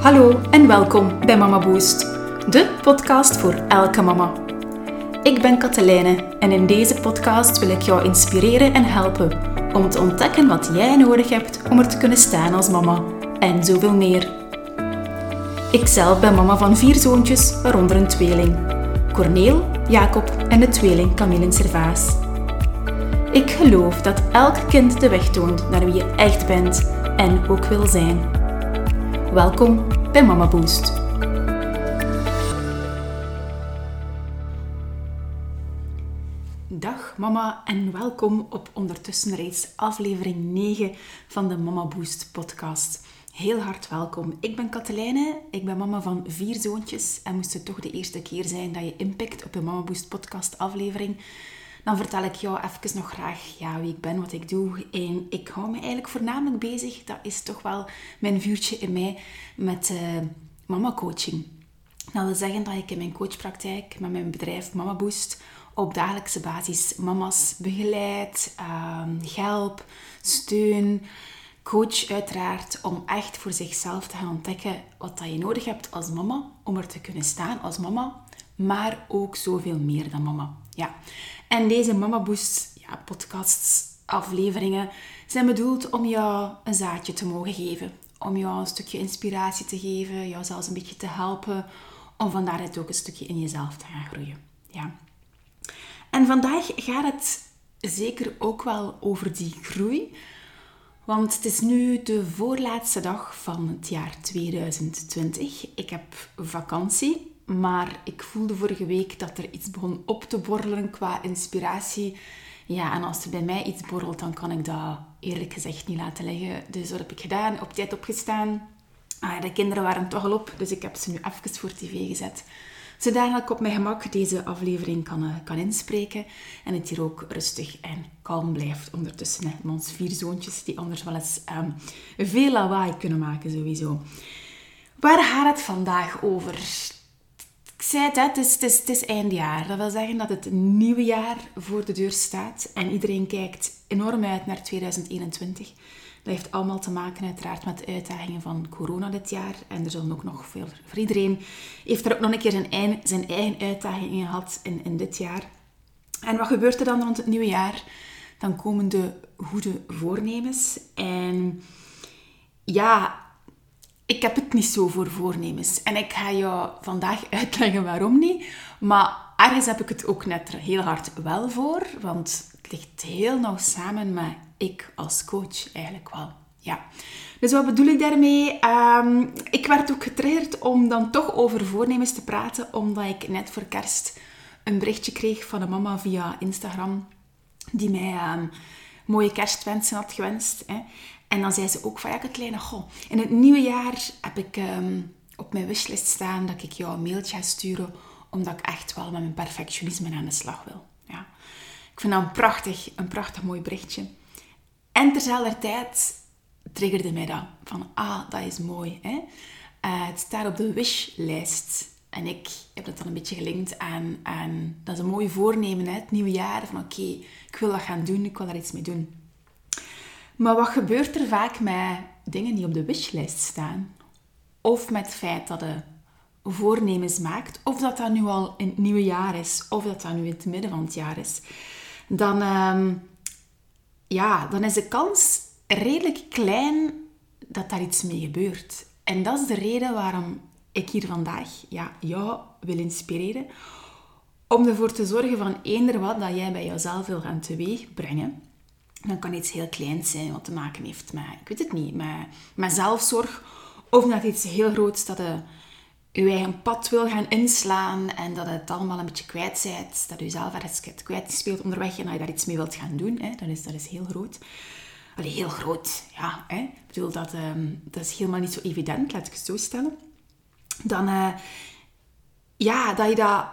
Hallo en welkom bij Mama Boost, de podcast voor elke mama. Ik ben Katelijne en in deze podcast wil ik jou inspireren en helpen om te ontdekken wat jij nodig hebt om er te kunnen staan als mama en zoveel meer. Ikzelf ben mama van 4 zoontjes, waaronder een tweeling. Corneel, Jacob en de tweeling Camille en Servaas. Ik geloof dat elk kind de weg toont naar wie je echt bent en ook wil zijn. Welkom bij Mama Boost. Dag mama en welkom op ondertussen reeds aflevering 9 van de Mama Boost podcast. Heel hard welkom. Ik ben Katelijne, ik ben mama van 4 zoontjes en moest het toch de eerste keer zijn dat je inpikt op een Mama Boost podcast aflevering, dan vertel ik jou even nog graag wie ik ben, wat ik doe. En ik hou me eigenlijk voornamelijk bezig, dat is toch wel mijn vuurtje in mij, met mama coaching. Dat wil zeggen dat ik in mijn coachpraktijk met mijn bedrijf Mama Boost op dagelijkse basis mama's begeleid, help, steun, coach uiteraard, om echt voor zichzelf te gaan ontdekken wat dat je nodig hebt als mama, om er te kunnen staan als mama, maar ook zoveel meer dan mama. Ja. En deze Mama Boost podcasts, afleveringen, zijn bedoeld om jou een zaadje te mogen geven. Om jou een stukje inspiratie te geven, jou zelfs een beetje te helpen, om van daaruit ook een stukje in jezelf te gaan groeien. Ja. En vandaag gaat het zeker ook wel over die groei. Want het is nu de voorlaatste dag van het jaar 2020. Ik heb vakantie. Maar ik voelde vorige week dat er iets begon op te borrelen qua inspiratie. Ja, en als er bij mij iets borrelt, dan kan ik dat eerlijk gezegd niet laten liggen. Dus wat heb ik gedaan? Op tijd opgestaan. De kinderen waren toch al op, dus ik heb ze nu even voor tv gezet. Zodat ik op mijn gemak deze aflevering kan inspreken. En het hier ook rustig en kalm blijft ondertussen. Met ons 4 zoontjes, die anders wel eens veel lawaai kunnen maken sowieso. Waar gaat het vandaag over? Ik zei het is eindjaar. Dat wil zeggen dat het nieuwe jaar voor de deur staat. En iedereen kijkt enorm uit naar 2021. Dat heeft allemaal te maken uiteraard met de uitdagingen van corona dit jaar. En er zullen ook nog veel voor iedereen. Heeft er ook nog een keer zijn eigen uitdagingen gehad in dit jaar. En wat gebeurt er dan rond het nieuwe jaar? Dan komen de goede voornemens. En ik heb het niet zo voor voornemens. En ik ga jou vandaag uitleggen waarom niet. Maar ergens heb ik het ook net heel hard wel voor. Want het ligt heel nauw samen met ik als coach eigenlijk wel. Ja. Dus wat bedoel ik daarmee? Ik werd ook getriggerd om dan toch over voornemens te praten. Omdat ik net voor kerst een berichtje kreeg van een mama via Instagram. Die mij mooie kerstwensen had gewenst. Hè. En dan zei ze ook van, Katelijne, in het nieuwe jaar heb ik op mijn wishlist staan dat ik jou een mailtje ga sturen, omdat ik echt wel met mijn perfectionisme aan de slag wil. Ja. Ik vind dat een prachtig mooi berichtje. En terzelfdertijd triggerde mij dat. Van, dat is mooi. Hè? Het staat op de wishlist. En ik heb dat dan een beetje gelinkt aan dat is een mooi voornemen, hè? Het nieuwe jaar. Van oké, ik wil dat gaan doen, ik wil daar iets mee doen. Maar wat gebeurt er vaak met dingen die op de wishlist staan? Of met het feit dat je voornemens maakt, of dat nu al in het nieuwe jaar is, of dat nu in het midden van het jaar is. Dan is de kans redelijk klein dat daar iets mee gebeurt. En dat is de reden waarom ik hier vandaag jou wil inspireren. Om ervoor te zorgen van eender wat dat jij bij jezelf wil gaan teweegbrengen. Dan kan iets heel kleins zijn wat te maken heeft met, ik weet het niet, met zelfzorg. Of met iets heel groots dat je eigen pad wil gaan inslaan en dat je het allemaal een beetje kwijt bent. Dat je zelf ergens kwijt speelt onderweg en dat je daar iets mee wilt gaan doen. Hè. Dat is heel groot. Allee, heel groot, ja. Hè. Ik bedoel, dat is helemaal niet zo evident, laat ik het zo stellen. Dan, dat je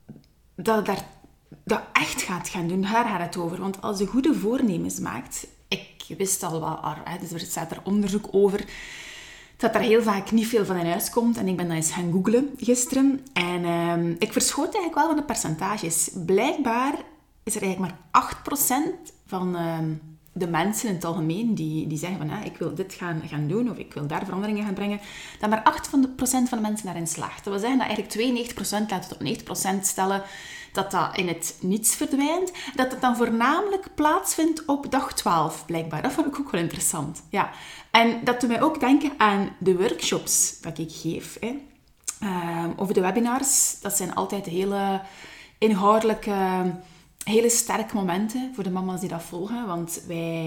dat echt gaat gaan doen, daar gaat het over. Want als je goede voornemens maakt, ik wist al wel, dus er staat er onderzoek over, dat er heel vaak niet veel van in huis komt. En ik ben dat eens gaan googlen gisteren. En ik verschoot eigenlijk wel van de percentages. Blijkbaar is er eigenlijk maar 8% van de mensen in het algemeen die zeggen van ik wil dit gaan doen of ik wil daar veranderingen gaan brengen, dat maar 8% van de mensen daarin slaagt. Dat wil zeggen dat eigenlijk 92%, laten we het op 90% stellen, dat in het niets verdwijnt. Dat het dan voornamelijk plaatsvindt op dag 12, blijkbaar. Dat vond ik ook wel interessant. Ja. En dat doet mij ook denken aan de workshops dat ik geef. Of de webinars. Dat zijn altijd hele inhoudelijke, hele sterke momenten voor de mama's die dat volgen. Want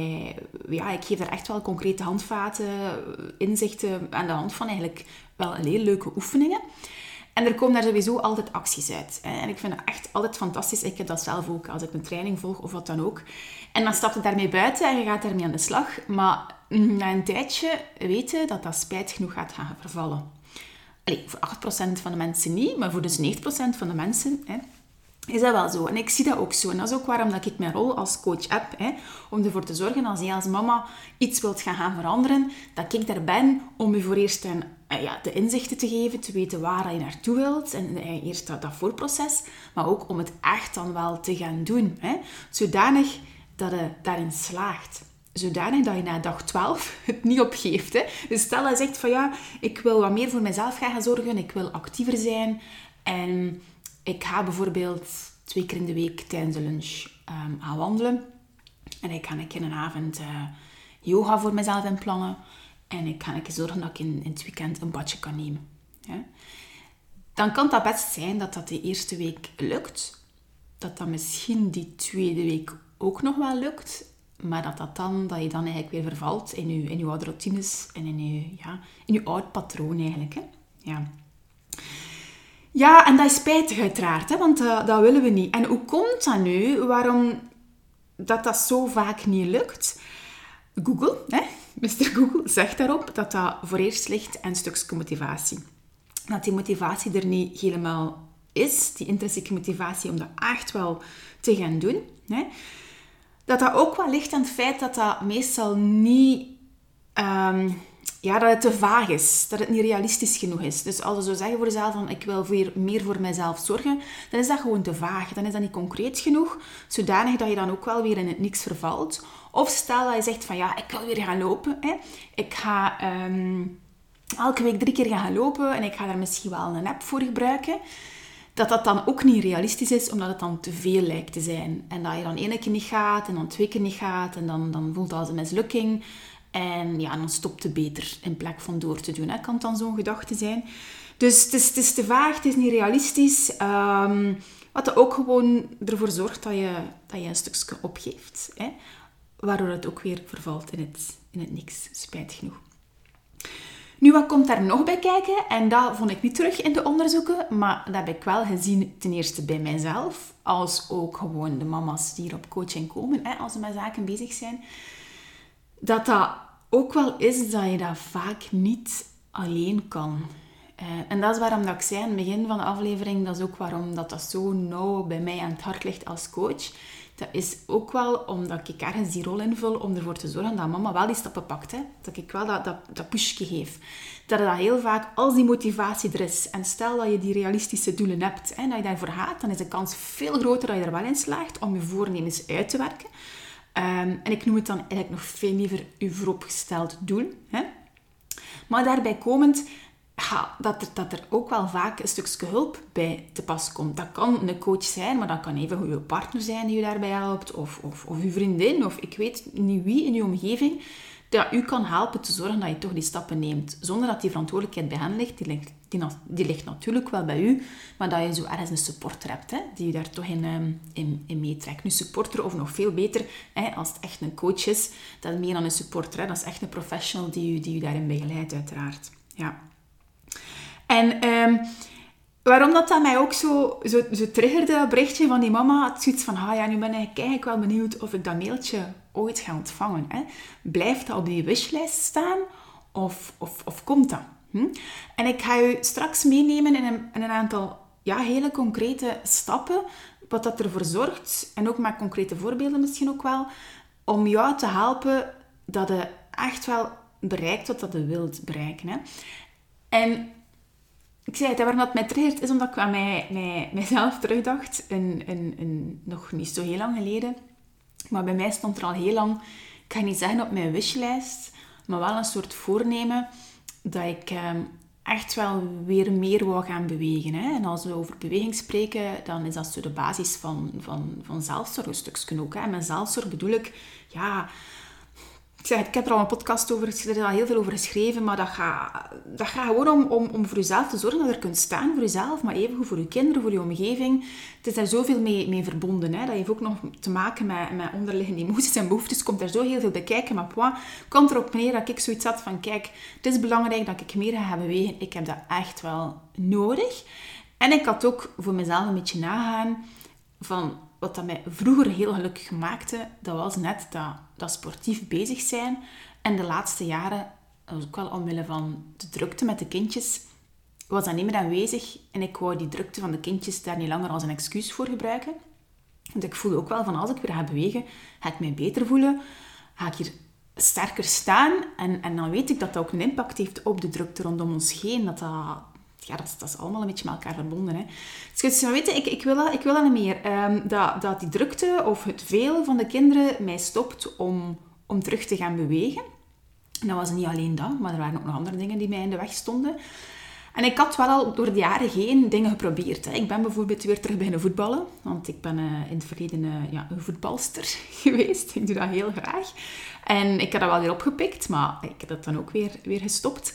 ik geef daar echt wel concrete handvaten, inzichten aan de hand van eigenlijk wel heel leuke oefeningen. En er komen daar sowieso altijd acties uit. En ik vind dat echt altijd fantastisch. Ik heb dat zelf ook als ik een training volg of wat dan ook. En dan stap je daarmee buiten en je gaat daarmee aan de slag. Maar na een tijdje weten dat spijtig genoeg gaat gaan vervallen. Voor 8% van de mensen niet, maar voor dus 90% van de mensen is dat wel zo. En ik zie dat ook zo. En dat is ook waarom dat ik mijn rol als coach heb. Om ervoor te zorgen, als jij als mama iets wilt gaan veranderen, dat ik daar ben om je voor eerst de inzichten te geven, te weten waar je naartoe wilt. En eerst dat voorproces, maar ook om het echt dan wel te gaan doen. Zodanig dat je daarin slaagt. Zodanig dat je na dag 12 het niet opgeeft. Dus stel je zegt van ik wil wat meer voor mezelf gaan zorgen, ik wil actiever zijn en ik ga bijvoorbeeld 2 keer in de week tijdens de lunch gaan wandelen. En ik ga een keer een avond yoga voor mezelf inplannen. En ik ga een keer zorgen dat ik in het weekend een badje kan nemen. Ja? Dan kan dat best zijn dat dat de eerste week lukt. Dat dat misschien die tweede week ook nog wel lukt. Maar dat je dan eigenlijk weer vervalt in je oude routines en in je oud patroon eigenlijk. Hè? Ja. Ja, en dat is spijtig uiteraard, want dat willen we niet. En hoe komt dat nu? Waarom dat zo vaak niet lukt? Google, Mr. Google, zegt daarop dat dat voor eerst ligt aan een stukje motivatie. Dat die motivatie er niet helemaal is, die intrinsieke motivatie om dat echt wel te gaan doen. Dat ook wel ligt aan het feit dat dat meestal niet... dat het te vaag is. Dat het niet realistisch genoeg is. Dus als je zou zeggen voor jezelf van ik wil meer voor mezelf zorgen, dan is dat gewoon te vaag. Dan is dat niet concreet genoeg, zodanig dat je dan ook wel weer in het niks vervalt. Of stel dat je zegt van ik wil weer gaan lopen. Ik ga elke week 3 keer gaan lopen en ik ga daar misschien wel een app voor gebruiken. Dat dan ook niet realistisch is, omdat het dan te veel lijkt te zijn. En dat je dan 1 keer niet gaat en dan 2 keer niet gaat en dan voelt dat als een mislukking. En dan stopt het beter in plek van door te doen. Kan het dan zo'n gedachte zijn? Dus het is te vaag, het is niet realistisch. Wat ook gewoon ervoor zorgt dat je een stukje opgeeft. Waardoor het ook weer vervalt in het niks, spijtig genoeg. Nu, wat komt daar nog bij kijken? En dat vond ik niet terug in de onderzoeken, maar dat heb ik wel gezien ten eerste bij mijzelf, als ook gewoon de mama's die hier op coaching komen, als ze met zaken bezig zijn. Dat ook wel is dat je dat vaak niet alleen kan. En dat is waarom dat ik zei aan het begin van de aflevering, dat is ook waarom dat zo nauw bij mij aan het hart ligt als coach. Dat is ook wel omdat ik ergens die rol invul om ervoor te zorgen dat mama wel die stappen pakt. Dat ik wel dat pushje geef. Dat heel vaak, als die motivatie er is, en stel dat je die realistische doelen hebt, en dat je daarvoor gaat, dan is de kans veel groter dat je er wel in slaagt om je voornemens uit te werken. En ik noem het dan eigenlijk nog veel liever je vooropgesteld doel. Maar daarbij komend, dat er ook wel vaak een stukje hulp bij te pas komt. Dat kan een coach zijn, maar dat kan even je partner zijn die je daarbij helpt. Of je vriendin, of ik weet niet wie in je omgeving. Dat u kan helpen te zorgen dat je toch die stappen neemt. Zonder dat die verantwoordelijkheid bij hen ligt. Die ligt natuurlijk wel bij u. Maar dat je zo ergens een supporter hebt. Die je daar toch in meetrekt. Nu supporter, of nog veel beter, als het echt een coach is. Dat is meer dan een supporter. Dat is echt een professional die u daarin begeleidt, uiteraard. Ja. En waarom dat mij ook zo triggerde, dat berichtje van die mama, het zoiets van, nu ben ik eigenlijk wel benieuwd of ik dat mailtje ooit ga ontvangen. Blijft dat op die wishlist staan of komt dat? En ik ga u straks meenemen in een aantal hele concrete stappen, wat dat ervoor zorgt, en ook met concrete voorbeelden misschien ook wel, om jou te helpen dat je echt wel bereikt wat dat je wilt bereiken. En ik zei het, waarom dat mij triggert, is omdat ik aan mijzelf terugdacht, nog niet zo heel lang geleden. Maar bij mij stond er al heel lang ik ga niet zeggen op mijn wishlijst, maar wel een soort voornemen dat ik echt wel weer meer wou gaan bewegen. Hè. En als we over beweging spreken, dan is dat zo de basis van zelfzorg, een stukje ook. Hè. En met zelfzorg bedoel ik, ja... Ik heb er al een podcast over, er is al heel veel over geschreven, maar dat gaat gewoon om voor jezelf te zorgen dat je er kunt staan voor jezelf, maar evengoed voor je kinderen, voor je omgeving. Het is daar zoveel mee verbonden. Hè. Dat heeft ook nog te maken met onderliggende emoties en behoeftes. Komt er zo heel veel bij kijken, maar komt erop neer dat ik zoiets had van, kijk, het is belangrijk dat ik meer ga bewegen. Ik heb dat echt wel nodig. En ik had ook voor mezelf een beetje nagaan van... Wat dat mij vroeger heel gelukkig maakte, dat was net dat sportief bezig zijn. En de laatste jaren, dat was ook wel omwille van de drukte met de kindjes, was dat niet meer aanwezig. En ik wou die drukte van de kindjes daar niet langer als een excuus voor gebruiken. Want ik voelde ook wel van, als ik weer ga bewegen, ga ik mij beter voelen. Ga ik hier sterker staan. En dan weet ik dat dat ook een impact heeft op de drukte rondom ons heen. Dat is allemaal een beetje met elkaar verbonden. Hè. Dus weet je, ik wil dat niet meer. Dat die drukte of het veel van de kinderen mij stopt om terug te gaan bewegen. En dat was niet alleen dat, maar er waren ook nog andere dingen die mij in de weg stonden. En ik had wel al door de jaren heen dingen geprobeerd. Hè. Ik ben bijvoorbeeld weer terug beginnen voetballen. Want ik ben in het verleden een voetbalster geweest. Ik doe dat heel graag. En ik heb dat wel weer opgepikt, maar ik heb dat dan ook weer gestopt.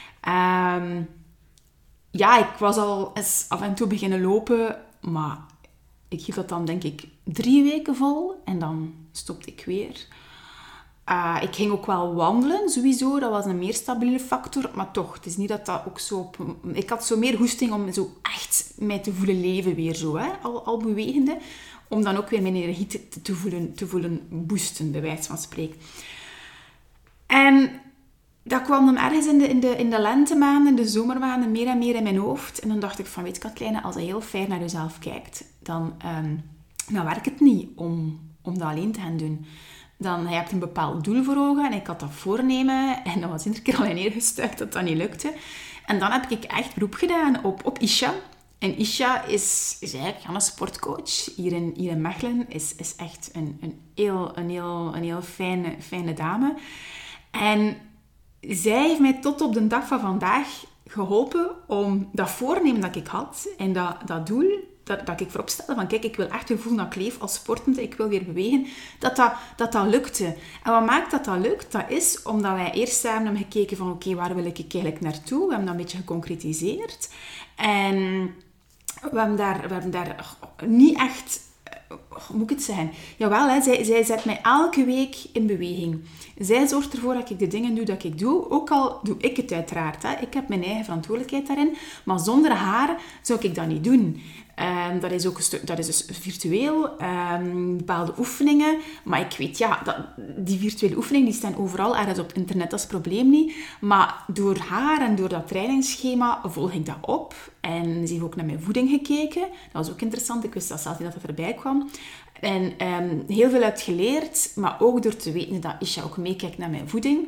Ik was al eens af en toe beginnen lopen, maar ik hield dat dan denk ik 3 weken vol en dan stopte ik weer. Ik ging ook wel wandelen, sowieso. Dat was een meer stabiele factor, maar toch, het is niet dat ook zo... Ik had zo meer goesting om zo echt mij te voelen leven weer zo, hè, al bewegende. Om dan ook weer mijn energie te voelen boosten, bij wijze van spreken. En... Dat kwam dan ergens in de lentemaanden, de zomermaanden, meer en meer in mijn hoofd. En dan dacht ik van, weet je Katelijne, als je heel fijn naar jezelf kijkt, dan werkt het niet om dat alleen te gaan doen. Dan je hebt een bepaald doel voor ogen en ik had dat voornemen. En dat was iedere keer al in neergestuurd dat niet lukte. En dan heb ik echt beroep gedaan op Isha. En Isha is eigenlijk een sportcoach hier in Mechelen. Is echt een heel fijne dame. En... zij heeft mij tot op de dag van vandaag geholpen om dat voornemen dat ik had en dat doel dat ik voorop stelde van kijk, ik wil echt weer voelen dat ik leef als sportende, ik wil weer bewegen, dat lukte. En wat maakt dat lukt? Dat is omdat wij eerst samen hebben gekeken van oké, waar wil ik eigenlijk naartoe? We hebben dat een beetje geconcretiseerd. En we hebben daar niet echt... Hoe moet ik het zeggen? Jawel, hè, zij zet mij elke week in beweging. Zij zorgt ervoor dat ik de dingen doe dat ik doe. Ook al doe ik het uiteraard. Hè. Ik heb mijn eigen verantwoordelijkheid daarin. Maar zonder haar zou ik dat niet doen. Dat is ook een stuk, dat is dus virtueel. Bepaalde oefeningen. Maar ik weet, die virtuele oefeningen die staan overal ergens op internet. Dat is het probleem niet. Maar door haar en door dat trainingsschema volg ik dat op. En ze heeft ook naar mijn voeding gekeken. Dat was ook interessant. Ik wist dat zelf niet dat het erbij kwam. En heel veel uit geleerd. Maar ook door te weten dat Isha ook meekijkt naar mijn voeding.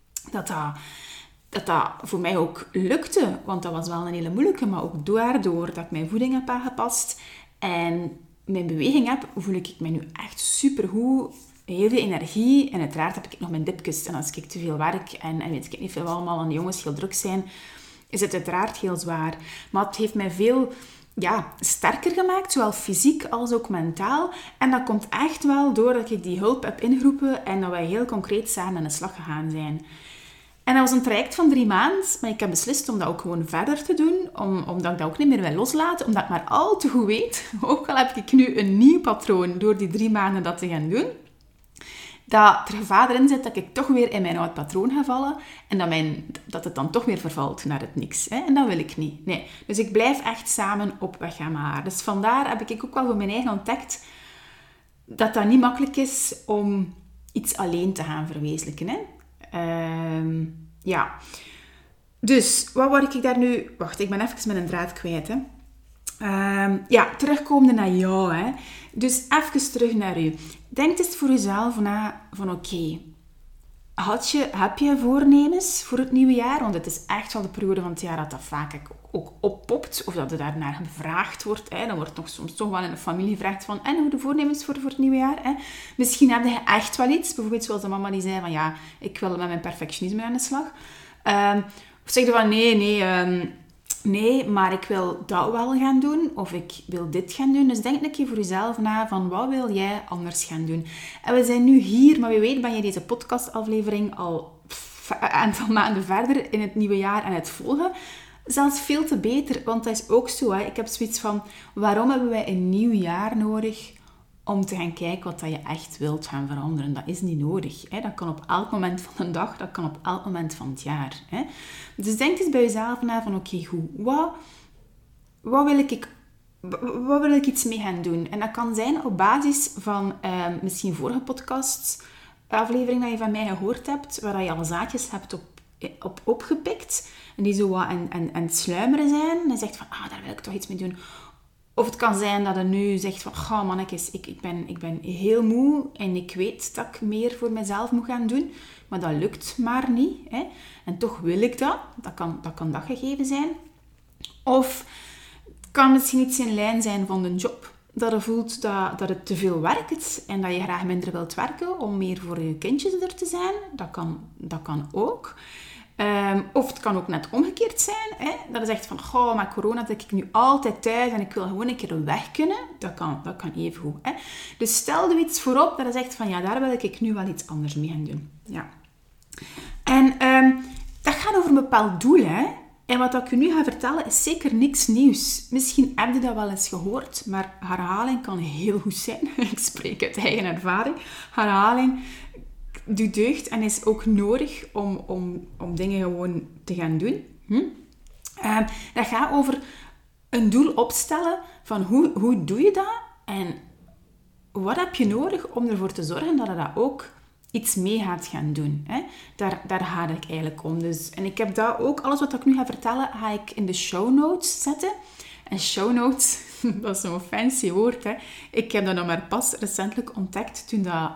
Dat voor mij ook lukte. Want dat was wel een hele moeilijke. Maar ook daardoor dat ik mijn voeding heb aangepast. En mijn beweging heb, voel ik me nu echt supergoed. Heel veel energie. En uiteraard heb ik nog mijn dipjes. En als ik te veel werk en weet ik niet veel allemaal. En de jongens heel druk zijn. Is het uiteraard heel zwaar. Maar het heeft mij veel... sterker gemaakt, zowel fysiek als ook mentaal. En dat komt echt wel doordat ik die hulp heb ingeroepen en dat wij heel concreet samen aan de slag gegaan zijn. En dat was een traject van 3 maanden, maar ik heb beslist om dat ook gewoon verder te doen, omdat ik dat ook niet meer wil loslaten, omdat ik maar al te goed weet, ook al heb ik nu een nieuw patroon door die 3 maanden dat te gaan doen, dat er gevaar erin zit dat ik toch weer in mijn oud patroon ga vallen en dat het dan toch weer vervalt naar het niks. Hè? En dat wil ik niet. Nee. Dus ik blijf echt samen op weg gaan met haar. Dus vandaar heb ik ook wel voor mijn eigen ontdekt dat niet makkelijk is om iets alleen te gaan verwezenlijken. Hè? Dus, wat word ik daar nu... Wacht, ik ben even met een draad kwijt. Hè? Terugkomende naar jou. Hè? Dus even terug naar u. Denk eens voor jezelf na van oké, Heb je voornemens voor het nieuwe jaar? Want het is echt wel de periode van het jaar dat vaak ook oppopt. Of dat er daarnaar gevraagd wordt. Dan wordt nog soms toch wel in de familie gevraagd van... En hoe de voornemens voor het nieuwe jaar? Misschien heb je echt wel iets. Bijvoorbeeld zoals de mama die zei van... Ja, ik wil met mijn perfectionisme aan de slag. Of zeg je van... Nee, maar ik wil dat wel gaan doen. Of ik wil dit gaan doen. Dus denk een keer voor jezelf na van wat wil jij anders gaan doen. En we zijn nu hier, maar wie weet ben je deze podcastaflevering al een aantal maanden verder in het nieuwe jaar aan het volgen. Zelfs veel te beter, want dat is ook zo. Ik heb zoiets van, waarom hebben wij een nieuw jaar nodig om te gaan kijken wat dat je echt wilt gaan veranderen? Dat is niet nodig. Dat kan op elk moment van de dag, dat kan op elk moment van het jaar. Dus denk eens bij jezelf na van, oké, goed, wat wil ik iets mee gaan doen? En dat kan zijn op basis van misschien vorige podcastaflevering dat je van mij gehoord hebt, waar je al zaadjes hebt op opgepikt en die zo wat aan het sluimeren zijn. En je zegt van, daar wil ik toch iets mee doen. Of het kan zijn dat je nu zegt van, mannetjes, ik ben heel moe en ik weet dat ik meer voor mezelf moet gaan doen, maar dat lukt maar niet. En toch wil ik dat. Dat kan dat gegeven zijn. Of het kan misschien iets in lijn zijn van de job. Dat je voelt dat het te veel werkt en dat je graag minder wilt werken om meer voor je kindjes er te zijn. Dat kan ook. Of het kan ook net omgekeerd zijn. Dat je zegt van, met corona zit ik nu altijd thuis en ik wil gewoon een keer weg kunnen. Dat kan even goed. Dus stel er iets voorop dat je zegt van, ja, daar wil ik nu wel iets anders mee gaan doen. Ja. En dat gaat over een bepaald doel. En wat ik je nu ga vertellen is zeker niks nieuws. Misschien heb je dat wel eens gehoord, maar herhaling kan heel goed zijn. Ik spreek uit eigen ervaring. Herhaling doet deugd en is ook nodig om dingen gewoon te gaan doen. Dat gaat over een doel opstellen van hoe doe je dat en wat heb je nodig om ervoor te zorgen dat je dat ook iets mee gaat gaan doen. Daar ga ik eigenlijk om. Dus, en ik heb dat ook, alles wat ik nu ga vertellen, ga ik in de show notes zetten. En show notes, dat is zo'n fancy woord. Ik heb dat nog maar pas recentelijk ontdekt toen dat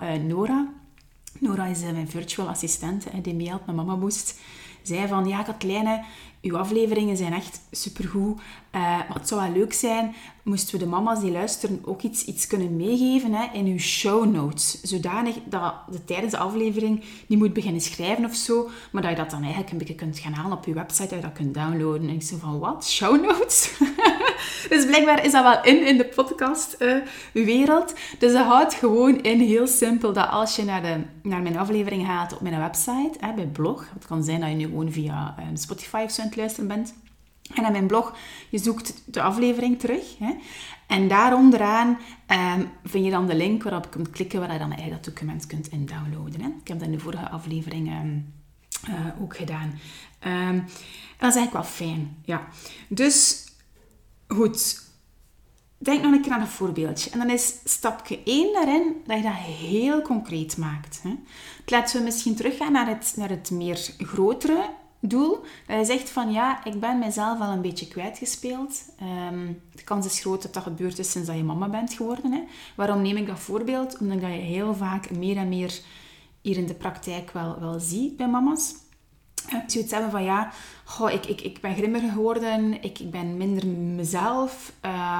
Nora is mijn virtual assistent, die mee helpt met Mama Boost, zei van, ja Katelijne, uw afleveringen zijn echt supergoed, maar het zou wel leuk zijn, moesten we de mama's die luisteren ook iets kunnen meegeven in uw show notes, zodanig dat je tijdens de aflevering niet moet beginnen schrijven of zo, maar dat je dat dan eigenlijk een beetje kunt gaan halen op je website, dat je dat kunt downloaden. En ik zo van, wat? Show notes? Dus blijkbaar is dat wel in de podcastwereld. Dus dat houdt gewoon in, heel simpel, dat als je naar mijn aflevering gaat op mijn website, bij blog, het kan zijn dat je nu gewoon via Spotify of zo aan het luisteren bent, en aan mijn blog, je zoekt de aflevering terug. En daar onderaan vind je dan de link waarop je kunt klikken, waar je dan eigenlijk dat document kunt downloaden. Ik heb dat in de vorige aflevering ook gedaan. En dat is eigenlijk wel fijn. Ja. Dus, goed. Denk nog een keer aan een voorbeeldje. En dan is stapje 1 daarin dat je dat heel concreet maakt. Laten we misschien teruggaan naar het meer grotere doel. Dat je zegt van, ja, ik ben mezelf al een beetje kwijtgespeeld. De kans is groot dat dat gebeurd is sinds dat je mama bent geworden. Waarom neem ik dat voorbeeld? Omdat je heel vaak meer en meer hier in de praktijk wel ziet bij mama's. Zoiets hebben van, ja, ik ben grimmiger geworden, ik ben minder mezelf,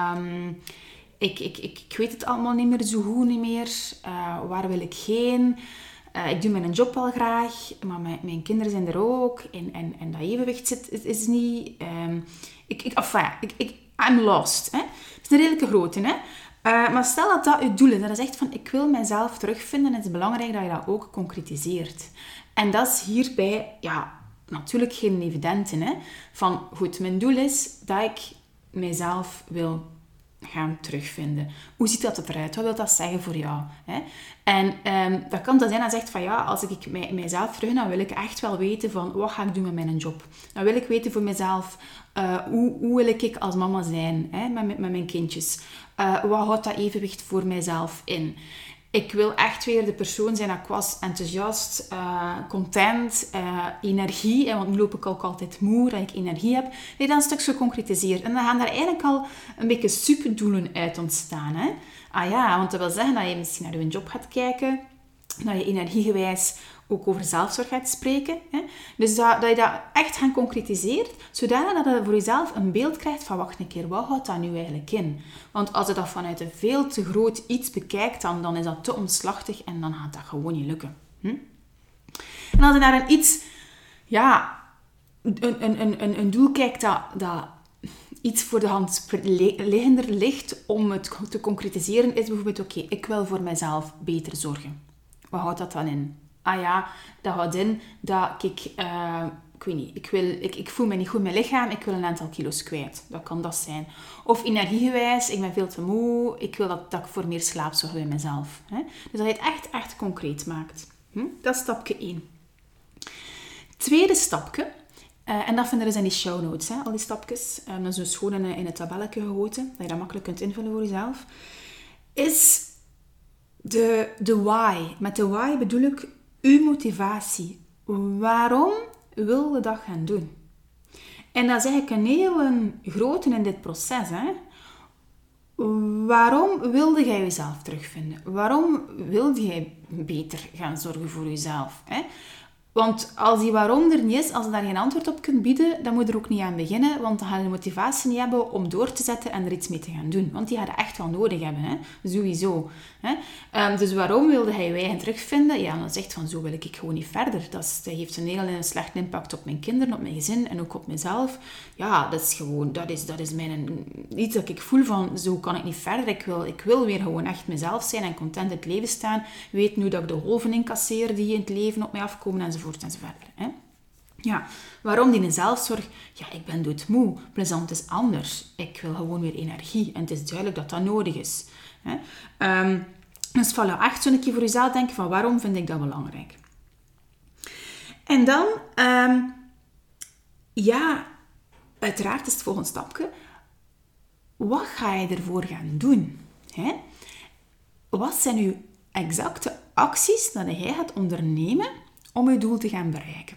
ik weet het allemaal niet meer zo goed niet meer, waar wil ik heen? Ik doe mijn job wel graag, maar mijn kinderen zijn er ook en dat evenwicht is niet. I'm lost. Dat is een redelijke grote. Maar stel dat je doel is, dat is echt van, ik wil mezelf terugvinden, het is belangrijk dat je dat ook concretiseert. En dat is hierbij, ja, natuurlijk geen evidente. Van, goed, mijn doel is dat ik mezelf wil gaan terugvinden. Hoe ziet dat eruit? Wat wil dat zeggen voor jou? En dat kan dan zijn dat je zegt van, ja, als ik mijzelf terug, dan wil ik echt wel weten van, wat ga ik doen met mijn job? Dan wil ik weten voor mezelf, hoe wil ik als mama zijn met mijn kindjes? Wat houdt dat evenwicht voor mijzelf in? Ik wil echt weer de persoon zijn dat ik was, enthousiast, content, energie. Want nu loop ik ook altijd moe, dat ik energie heb. Nee, dat een stuk zo concretiseerd. En dan gaan daar eigenlijk al een beetje superdoelen uit ontstaan. Want dat wil zeggen dat je misschien naar je job gaat kijken. Dat je energiegewijs ook over zelfzorg gaat spreken. Hè? Dus dat je dat echt gaat concretiseren, zodat je voor jezelf een beeld krijgt van, wacht een keer, wat houdt dat nu eigenlijk in? Want als je dat vanuit een veel te groot iets bekijkt, dan is dat te omslachtig en dan gaat dat gewoon niet lukken. En als je naar een iets, een doel kijkt dat iets voor de hand liggender ligt om het te concretiseren, is bijvoorbeeld, oké, ik wil voor mezelf beter zorgen. Wat houdt dat dan in? Dat houdt in dat ik weet niet, ik voel me niet goed in mijn lichaam, ik wil een aantal kilo's kwijt. Dat kan dat zijn. Of energiegewijs, ik ben veel te moe, ik wil dat ik voor meer slaap zorg bij mezelf. Hè? Dus dat je het echt concreet maakt. Dat is stapje 1. Tweede stapje, en dat vinden we dus in die show notes, hè, al die stapjes. Dat is dus gewoon in een tabelletje gegoten, dat je dat makkelijk kunt invullen voor jezelf. Is de why. Met de why bedoel ik uw motivatie. Waarom wil je dat gaan doen? En dat is eigenlijk een hele grote in dit proces. Hè? Waarom wilde jij jezelf terugvinden? Waarom wilde jij beter gaan zorgen voor jezelf? Hè? Want als die waarom er niet is, als je daar geen antwoord op kunt bieden, dan moet je er ook niet aan beginnen, want dan ga je de motivatie niet hebben om door te zetten en er iets mee te gaan doen. Want die ga je echt wel nodig hebben, hè? Sowieso. Hè? Dus waarom wilde hij je eigen terugvinden? Ja, dan zegt van, zo wil ik gewoon niet verder. Dat heeft een hele slechte impact op mijn kinderen, op mijn gezin en ook op mezelf. Ja, dat is gewoon, dat is iets dat ik voel van, zo kan ik niet verder. Ik wil weer gewoon echt mezelf zijn en content in het leven staan. Weet nu dat ik de golven incasseer die in het leven op mij afkomen enzovoort. Hè? Ja, waarom die zelfzorg? Ja, ik ben doodmoe. Plezant is anders. Ik wil gewoon weer energie. En het is duidelijk dat dat nodig is. Hè? Dus voilà, echt zo'n keer voor jezelf denken van waarom vind ik dat belangrijk? En dan, uiteraard is het volgende stapje. Wat ga je ervoor gaan doen? Hè? Wat zijn uw exacte acties dat jij gaat ondernemen om je doel te gaan bereiken?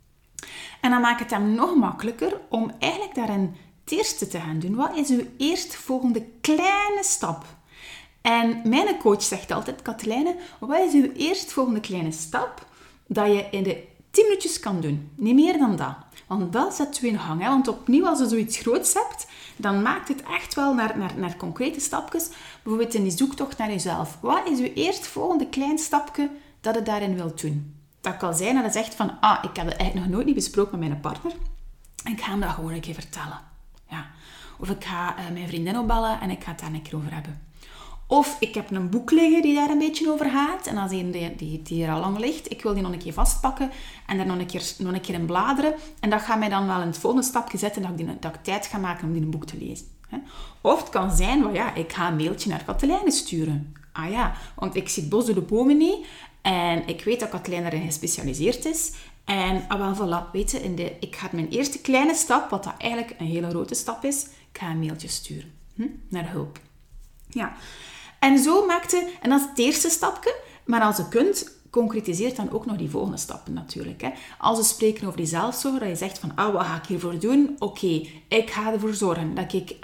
En dan maakt het hem nog makkelijker om eigenlijk daarin het eerste te gaan doen. Wat is uw eerstvolgende kleine stap? En mijn coach zegt altijd, Katelijne, wat is uw eerstvolgende kleine stap dat je in de 10 minuutjes kan doen? Niet meer dan dat. Want dat zet u in gang. Hè? Want opnieuw, als je zoiets groots hebt, dan maakt het echt wel naar concrete stapjes. Bijvoorbeeld in die zoektocht naar jezelf. Wat is uw eerstvolgende klein stapje dat je daarin wilt doen? Dat kan zijn dat je zegt van, ik heb het eigenlijk nog nooit niet besproken met mijn partner. En ik ga hem dat gewoon een keer vertellen. Ja. Of ik ga mijn vriendin opbellen en ik ga het daar een keer over hebben. Of ik heb een boek liggen die daar een beetje over gaat. En als die er al lang ligt, ik wil die nog een keer vastpakken en daar nog een keer in bladeren. En dat gaat mij dan wel in het volgende stapje zetten dat ik tijd ga maken om die een boek te lezen. Of het kan zijn, ik ga een mailtje naar Katelijne sturen. Want ik zie het bos door de bomen niet. En ik weet dat Katelijne erin gespecialiseerd is. En voilà, weet je, ik ga mijn eerste kleine stap, wat dat eigenlijk een hele grote stap is, ik ga een mailtje sturen. Naar hulp. Ja. En zo en dat is het eerste stapje. Maar als je kunt, concretiseert dan ook nog die volgende stappen natuurlijk. Hè. Als we spreken over die zelfzorg, dat je zegt van, wat ga ik hiervoor doen? Oké, ik ga ervoor zorgen dat ik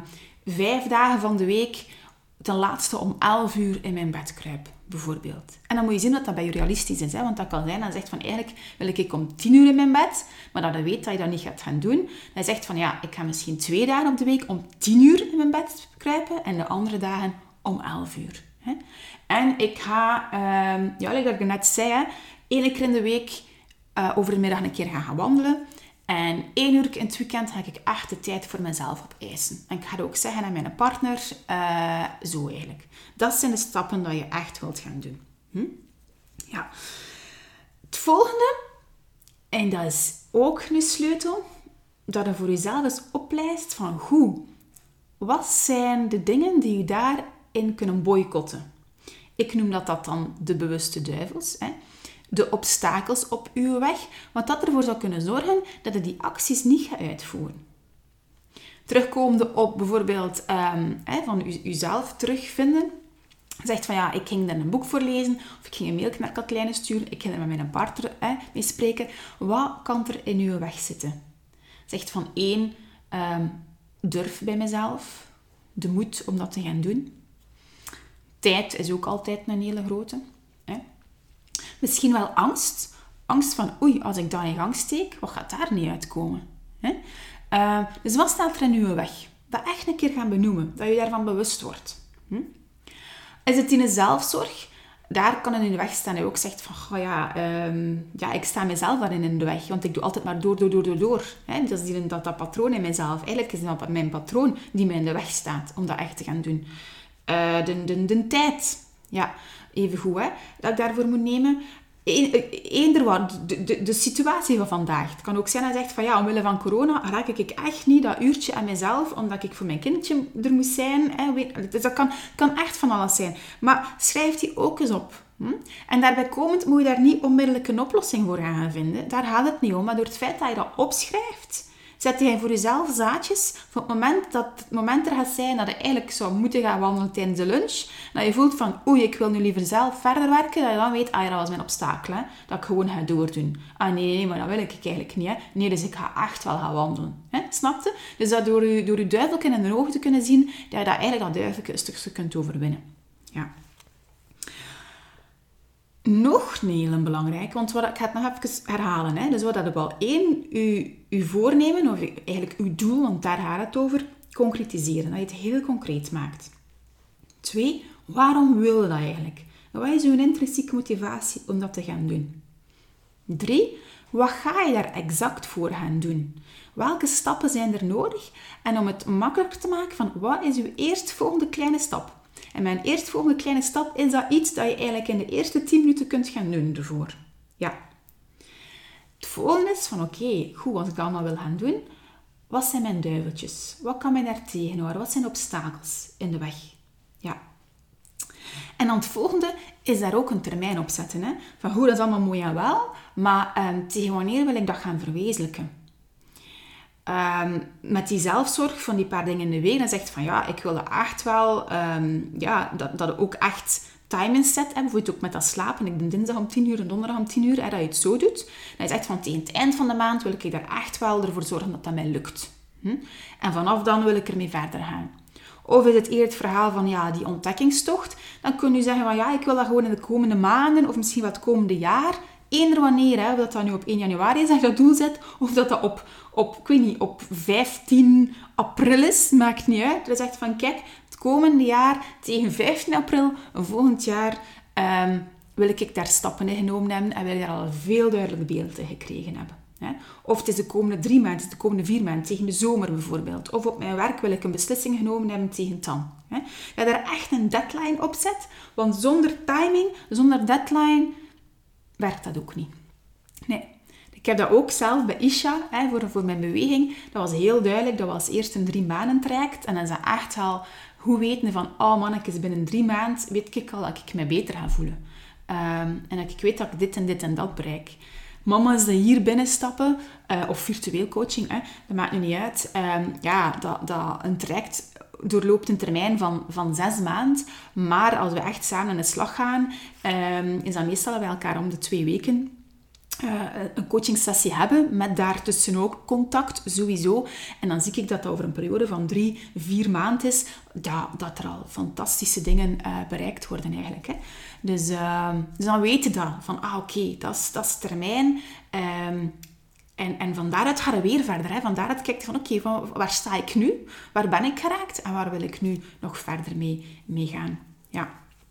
5 dagen van de week ten laatste om 11 uur in mijn bed kruip, bijvoorbeeld. En dan moet je zien dat dat bij je realistisch is. Hè? Want dat kan zijn, dat je zegt van, eigenlijk wil ik om 10 uur in mijn bed, maar dat je weet dat je dat niet gaat gaan doen. Dan zegt van, ik ga misschien 2 dagen op de week om 10 uur in mijn bed kruipen en de andere dagen om 11 uur. Hè? En ik ga, like dat ik net zei, 1 keer in de week over de middag een keer gaan wandelen. En 1 uur in het weekend ga ik echt de tijd voor mezelf opeisen. En ik ga dat ook zeggen aan mijn partner. Zo eigenlijk. Dat zijn de stappen dat je echt wilt gaan doen. Ja. Het volgende, en dat is ook een sleutel, dat je voor jezelf eens oplijst van wat zijn de dingen die je daarin kunnen boycotten? Ik noem dat dan de bewuste duivels. Hè? De obstakels op uw weg, wat dat ervoor zou kunnen zorgen dat je die acties niet gaat uitvoeren. Terugkomende op bijvoorbeeld van uzelf terugvinden. Zegt van ik ging daar een boek voor lezen, of ik ging een mailtje naar Katelijne sturen, ik ging er met mijn partner mee spreken. Wat kan er in uw weg zitten? Zegt van 1, durf bij mezelf, de moed om dat te gaan doen. Tijd is ook altijd een hele grote. Misschien wel angst. Angst van, oei, als ik dat in gang steek, wat gaat daar niet uitkomen? Hè? Dus wat staat er in uw weg? Dat echt een keer gaan benoemen. Dat je daarvan bewust wordt. Is het in de zelfzorg? Daar kan het in de weg staan. Dat je ook zegt van, ik sta mezelf daarin in de weg. Want ik doe altijd maar door. Hè? Dat is dat patroon in mezelf. Eigenlijk is dat mijn patroon die mij in de weg staat. Om dat echt te gaan doen. De tijd. Ja, even goed, hè. Dat ik daarvoor moet nemen. Eender wat, de situatie van vandaag. Het kan ook zijn dat je zegt van ja, omwille van corona raak ik echt niet dat uurtje aan mezelf, omdat ik voor mijn kindje er moest zijn. Dus dat kan echt van alles zijn. Maar schrijf die ook eens op. En daarbij komend moet je daar niet onmiddellijk een oplossing voor gaan vinden. Daar gaat het niet om. Maar door het feit dat je dat opschrijft, zet je voor jezelf zaadjes voor het moment dat het moment er gaat zijn dat je eigenlijk zou moeten gaan wandelen tijdens de lunch. Dat je voelt van, oei, ik wil nu liever zelf verder werken. Dat je dan weet, dat was mijn obstakel. Hè, dat ik gewoon ga doordoen. Nee, maar dat wil ik eigenlijk niet. Hè. Nee, dus ik ga echt wel gaan wandelen. Hè, snap je? Dus dat door je duiveltje in de ogen te kunnen zien, dat je dat eigenlijk dat duiveltje een stukje kunt overwinnen. Ja. Nog een hele belangrijk, want ik ga het nog even herhalen. Hè. Dus wat dat wel 1, uw voornemen, of eigenlijk uw doel, want daar gaat het over, concretiseren. Dat je het heel concreet maakt. 2, waarom wil je dat eigenlijk? Wat is uw intrinsieke motivatie om dat te gaan doen? 3, wat ga je daar exact voor gaan doen? Welke stappen zijn er nodig? En om het makkelijker te maken, van wat is uw eerstvolgende kleine stap? En mijn eerstvolgende kleine stap is dat iets dat je eigenlijk in de eerste 10 minuten kunt gaan doen ervoor. Ja. Het volgende is van oké, goed, als ik dat allemaal wil gaan doen, wat zijn mijn duiveltjes? Wat kan mij daar tegenhouden? Wat zijn obstakels in de weg? Ja. En dan het volgende is daar ook een termijn op zetten. Hè? Van goed, dat is allemaal mooi en wel, maar tegen wanneer wil ik dat gaan verwezenlijken? Met die zelfzorg van die paar dingen in de week, dan zegt van ja, ik wil dat echt wel, dat je ook echt time zet. Bijvoorbeeld ook met dat slapen. Ik ben dinsdag om 10 uur en donderdag om 10 uur. Dat je het zo doet. Dat je zegt van tegen het eind van de maand wil ik daar echt wel ervoor zorgen dat dat mij lukt. En vanaf dan wil ik ermee verder gaan. Of is het eerder het verhaal van ja, die ontdekkingstocht. Dan kun je zeggen van ja, ik wil dat gewoon in de komende maanden of misschien wat het komende jaar. Eender wanneer, hè, of dat nu op 1 januari is dat je dat doel zet, of dat op 15 april is, maakt niet uit. Dat je zegt van kijk, het komende jaar, tegen 15 april, volgend jaar, wil ik daar stappen in genomen hebben en wil ik daar al een veel duidelijker beeld in gekregen hebben. Hè. Of het is de komende 3 maanden, het is de komende 4 maanden, tegen de zomer bijvoorbeeld. Of op mijn werk wil ik een beslissing genomen hebben tegen dan. Hè. Dat je daar echt een deadline op zet, want zonder timing, zonder deadline, werkt dat ook niet. Nee. Ik heb dat ook zelf bij Isha, voor mijn beweging. Dat was heel duidelijk. Dat was eerst een 3 maanden traject. En dan is dat echt al goed weten van, oh mannetjes, binnen 3 maanden weet ik al dat ik me beter ga voelen. En dat ik weet dat ik dit en dat bereik. Mama's die hier binnenstappen, of virtueel coaching, dat maakt nu niet uit. Dat een traject doorloopt een termijn van 6 maanden. Maar als we echt samen aan de slag gaan, is dat meestal bij elkaar om de 2 weken een coachingsessie hebben, met daartussen ook contact, sowieso. En dan zie ik dat over een periode van 3-4 maanden is, dat er al fantastische dingen bereikt worden eigenlijk. Hè. Dus dan weet je dat, van oké, dat is termijn. En van daaruit gaan we weer verder. Hè. Van daaruit kijk je van oké, waar sta ik nu? Waar ben ik geraakt? En waar wil ik nu nog verder mee gaan? Ja.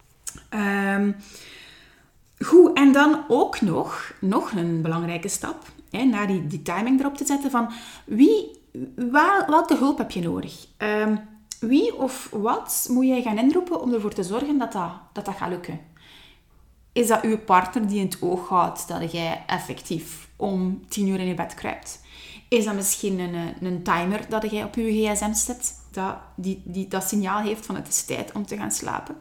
Goed, en dan ook nog een belangrijke stap, na die timing erop te zetten van welke hulp heb je nodig? Wie of wat moet je gaan inroepen om ervoor te zorgen dat gaat lukken? Is dat uw partner die in het oog houdt dat jij effectief om 10 uur in je bed kruipt? Is dat misschien een timer dat jij op je gsm zet, dat signaal heeft van het is tijd om te gaan slapen?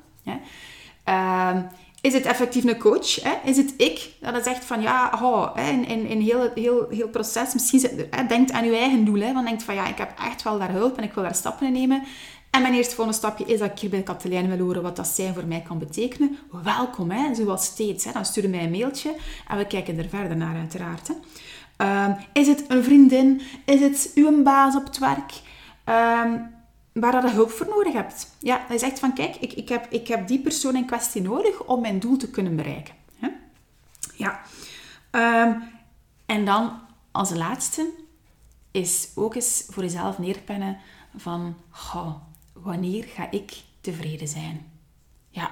Is het effectief een coach? Is het ik dat zegt van in heel proces, misschien denkt aan je eigen doel. Dan denkt van ik heb echt wel daar hulp en ik wil daar stappen in nemen. En mijn eerstvolgende stapje is dat ik hier bij Katelijne wil horen wat dat zij voor mij kan betekenen. Welkom, zoals steeds. Dan stuur je mij een mailtje en we kijken er verder naar uiteraard. Is het een vriendin? Is het uw baas op het werk? Waar je hulp voor nodig hebt. Ja, hij zegt van kijk, ik heb die persoon in kwestie nodig om mijn doel te kunnen bereiken. Ja. En dan als laatste is ook eens voor jezelf neerpennen van, wanneer ga ik tevreden zijn? Ja.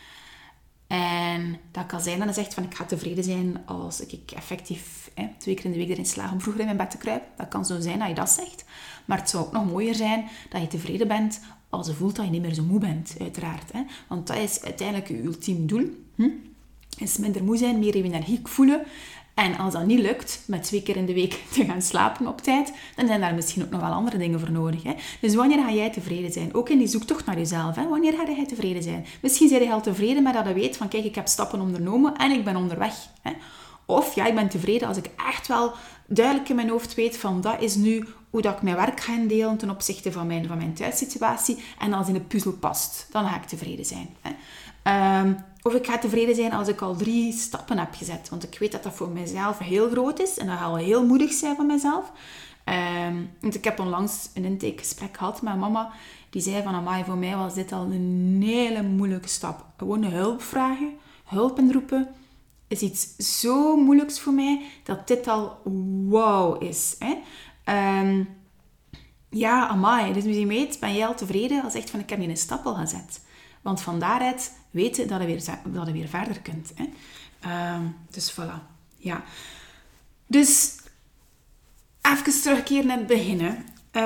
En dat kan zijn dat je zegt van, ik ga tevreden zijn als ik effectief 2 keer in de week erin slaag om vroeger in mijn bed te kruipen. Dat kan zo zijn dat je dat zegt. Maar het zou ook nog mooier zijn dat je tevreden bent als je voelt dat je niet meer zo moe bent, uiteraard. Want dat is uiteindelijk je ultiem doel. Is minder moe zijn, meer energiek voelen. En als dat niet lukt, met 2 keer in de week te gaan slapen op tijd, dan zijn daar misschien ook nog wel andere dingen voor nodig. Dus wanneer ga jij tevreden zijn? Ook in die zoektocht naar jezelf. Wanneer ga jij tevreden zijn? Misschien ben je al tevreden met dat je weet van, kijk, ik heb stappen ondernomen en ik ben onderweg. Of ik ben tevreden als ik echt wel duidelijk in mijn hoofd weet van, dat is nu hoe dat ik mijn werk ga indelen ten opzichte van mijn thuissituatie. En als in de puzzel past, dan ga ik tevreden zijn. Of ik ga tevreden zijn als ik al 3 stappen heb gezet. Want ik weet dat dat voor mezelf heel groot is. En dat gaat al heel moedig zijn van mezelf. Want ik heb onlangs een intakegesprek gehad met mama. Die zei van, amai, voor mij was dit al een hele moeilijke stap. Gewoon hulp vragen, hulp inroepen, is iets zo moeilijks voor mij, dat dit al wauw is. Ja, amai. Dus misschien weet, ben jij al tevreden als echt van, ik heb hier een stap al gezet. Want van daaruit weten dat je weer verder kunt. Dus voilà. Ja. Dus even terugkeren naar het begin.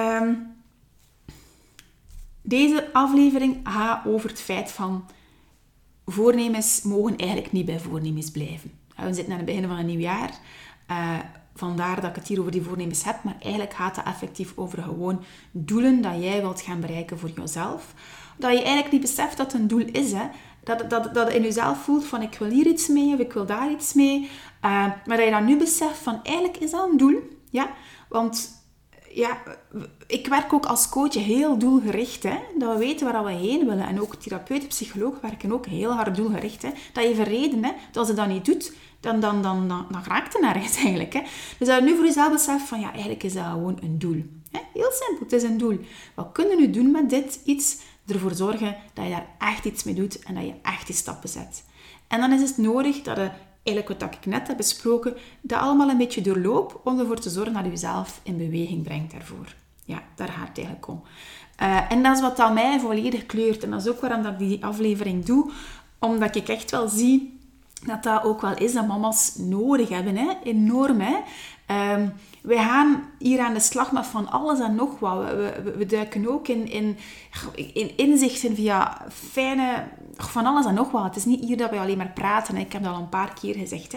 Deze aflevering gaat over het feit van, voornemens mogen eigenlijk niet bij voornemens blijven. We zitten aan het begin van een nieuw jaar. Vandaar dat ik het hier over die voornemens heb. Maar eigenlijk gaat het effectief over gewoon doelen dat jij wilt gaan bereiken voor jezelf. Dat je eigenlijk niet beseft dat het een doel is. Dat je in jezelf voelt van, ik wil hier iets mee of ik wil daar iets mee. Maar dat je dan nu beseft van, eigenlijk is dat een doel. Ja? Want ik werk ook als coach heel doelgericht. Dat we weten waar we heen willen. En ook therapeuten, psychologen werken ook heel hard doelgericht. Dat je verreden, dat als je dat niet doet, dan raakt het nergens eigenlijk. Dus dat je nu voor jezelf beseft van, eigenlijk is dat gewoon een doel. Heel simpel, het is een doel. Wat kunnen we nu doen met dit iets? Ervoor zorgen dat je daar echt iets mee doet en dat je echt die stappen zet. En dan is het nodig dat je, eigenlijk wat ik net heb besproken, dat allemaal een beetje doorloopt om ervoor te zorgen dat je jezelf in beweging brengt daarvoor. Ja, daar gaat het eigenlijk om. En dat is wat dat mij volledig kleurt. En dat is ook waarom dat ik die aflevering doe. Omdat ik echt wel zie dat dat ook wel is dat mama's nodig hebben. Enorm. Wij gaan hier aan de slag met van alles en nog wat. We duiken ook in inzichten via fijne... Van alles en nog wat. Het is niet hier dat we alleen maar praten. Ik heb dat al een paar keer gezegd.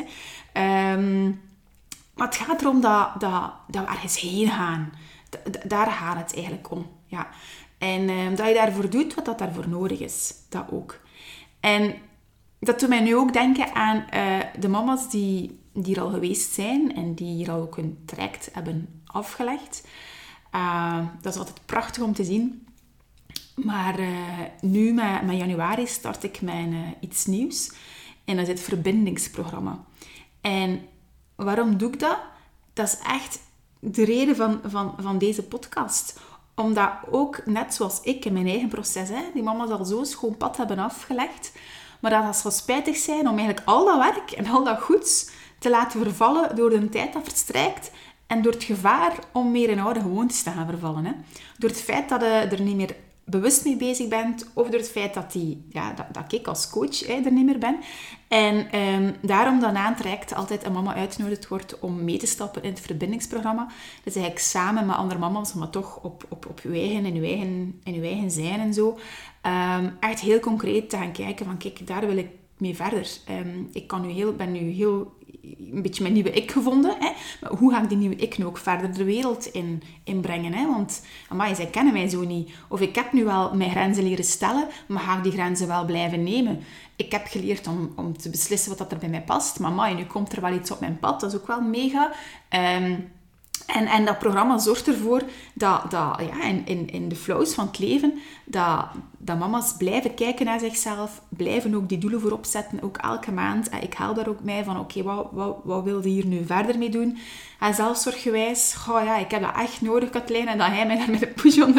Maar het gaat erom dat we ergens heen gaan. Daar gaat het eigenlijk om. Ja. En dat je daarvoor doet wat dat daarvoor nodig is. Dat ook. En dat doet mij nu ook denken aan de mama's die hier al geweest zijn en die hier al ook een traject hebben afgelegd. Dat is altijd prachtig om te zien. Maar nu, met januari, start ik mijn iets nieuws. En dat is het verbindingsprogramma. En waarom doe ik dat? Dat is echt de reden van deze podcast. Omdat ook, net zoals ik in mijn eigen proces, die mama's al zo'n schoon pad hebben afgelegd, maar dat het zal spijtig zijn om eigenlijk al dat werk en al dat goeds te laten vervallen door de tijd dat verstrijkt en door het gevaar om meer in oude gewoontes te gaan vervallen. Door het feit dat je er niet meer bewust mee bezig bent, of door het feit dat ik als coach er niet meer ben. En daarom dan aan het traject altijd een mama uitgenodigd wordt om mee te stappen in het verbindingsprogramma. Dus eigenlijk samen met andere mama's, maar toch op je eigen, in je eigen zijn en zo. Echt heel concreet te gaan kijken van, kijk, daar wil ik mee verder. Ik ben nu heel een beetje mijn nieuwe ik gevonden. Maar hoe ga ik die nieuwe ik nu ook verder de wereld inbrengen? Want, amai, zij kennen mij zo niet. Of ik heb nu wel mijn grenzen leren stellen, maar ga ik die grenzen wel blijven nemen? Ik heb geleerd om te beslissen wat er bij mij past. Maar amai, nu komt er wel iets op mijn pad. Dat is ook wel mega. En En dat programma zorgt ervoor dat in de flows van het leven, dat mama's blijven kijken naar zichzelf, blijven ook die doelen voorop zetten, ook elke maand. En ik help daar ook mee van, oké, wat wil je hier nu verder mee doen? En zelfzorggewijs, ik heb dat echt nodig, Katelijne, en dat hij mij daar met een push onder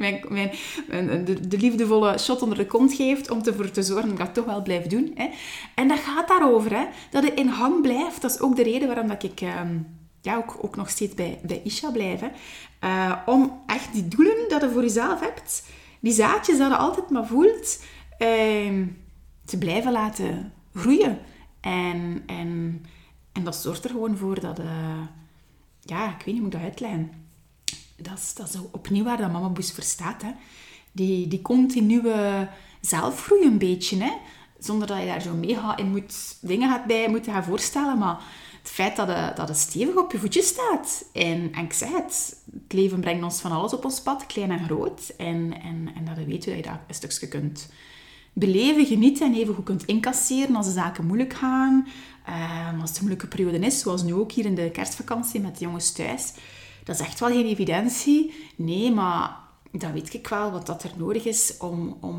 de liefdevolle shot onder de kont geeft, om ervoor te zorgen dat ik dat toch wel blijf doen. Hè. En dat gaat daarover, hè, dat het in hang blijft. Dat is ook de reden waarom dat ik... ook nog steeds bij Isha blijven. Om echt die doelen dat je voor jezelf hebt, die zaadjes dat je altijd maar voelt, te blijven laten groeien. En dat zorgt er gewoon voor dat... ik weet niet hoe ik dat uitleggen. Dat is opnieuw waar dat Mama Boost voor staat. Hè. Die continue zelfgroei een beetje. Hè. Zonder dat je daar zo mega in dingen gaat bij moeten gaan voorstellen. Maar het feit dat het stevig op je voetjes staat. En ik zeg het leven brengt ons van alles op ons pad, klein en groot. En dat je weet hoe je dat een stukje kunt beleven, genieten en even goed kunt incasseren als de zaken moeilijk gaan. Als het een moeilijke periode is, zoals nu ook hier in de kerstvakantie met de jongens thuis. Dat is echt wel geen evidentie. Nee, maar dan weet ik wel wat dat er nodig is om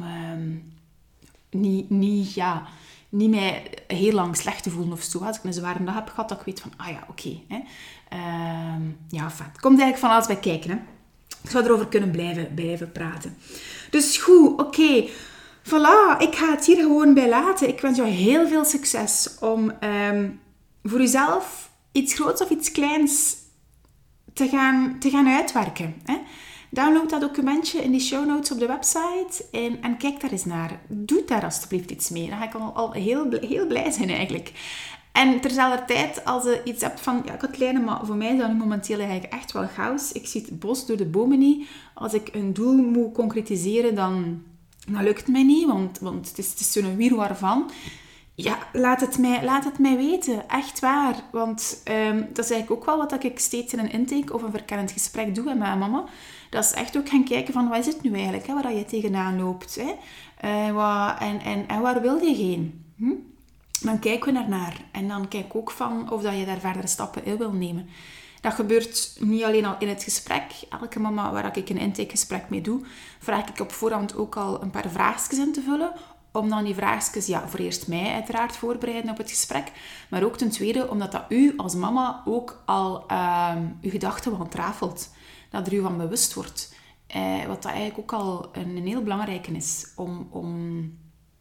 niet mij heel lang slecht te voelen of zo. Als ik een zware dag heb gehad, dat ik weet van, oké. Het komt eigenlijk van alles bij kijken. Hè. Ik zou erover kunnen blijven praten. Dus goed, oké. Voilà, ik ga het hier gewoon bij laten. Ik wens jou heel veel succes om voor jezelf iets groots of iets kleins te gaan uitwerken. Hè. Download dat documentje in die show notes op de website en kijk daar eens naar. Doe daar alsjeblieft iets mee. Dan ga ik al heel blij zijn eigenlijk. En terzelfde tijd, als je iets hebt van... Ja, Katelijne, maar voor mij is dat nu momenteel eigenlijk echt wel chaos. Ik zie het bos door de bomen niet. Als ik een doel moet concretiseren, dan lukt het mij niet. Want het is zo'n wirwar van... Ja, laat het mij weten. Echt waar. Want dat is eigenlijk ook wel wat ik steeds in een intake of een verkennend gesprek doe met mijn mama. Dat is echt ook gaan kijken van, wat is het nu eigenlijk, hè, waar je tegenaan loopt. Hè? En waar wil je heen? Dan kijken we ernaar. En dan kijk ik ook van of dat je daar verdere stappen in wil nemen. Dat gebeurt niet alleen al in het gesprek. Elke mama waar ik een intakegesprek mee doe, vraag ik op voorhand ook al een paar vraagjes in te vullen. Om dan die vraagjes, voor eerst mij uiteraard voorbereiden op het gesprek. Maar ook ten tweede, omdat dat u als mama ook al uw gedachten ontrafelt. Dat er u van bewust wordt. Wat dat eigenlijk ook al een heel belangrijke is. Om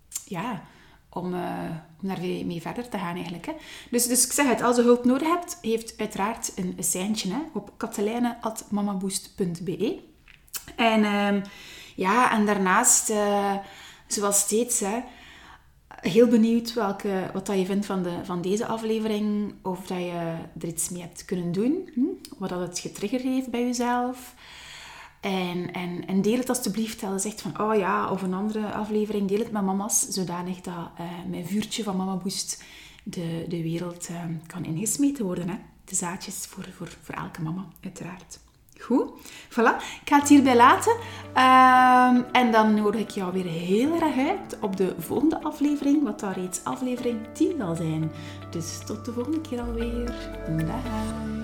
daar mee verder te gaan eigenlijk. Hè. Dus ik zeg het, als je hulp nodig hebt, heeft uiteraard een seintje op katelijne@mamaboost.be. En daarnaast... zoals steeds, heel benieuwd wat dat je vindt van deze aflevering. Of dat je er iets mee hebt kunnen doen. Wat dat het getriggerd heeft bij jezelf. En deel het alsjeblieft. Als je zegt van, of een andere aflevering, deel het met mama's. Zodanig dat mijn vuurtje van Mama Boost de wereld kan ingesmeten worden. Hè. De zaadjes voor elke mama, uiteraard. Goed, voilà. Ik ga het hierbij laten. En dan nodig ik jou weer heel erg uit op de volgende aflevering, wat dan reeds aflevering 10 zal zijn. Dus tot de volgende keer alweer. Dag.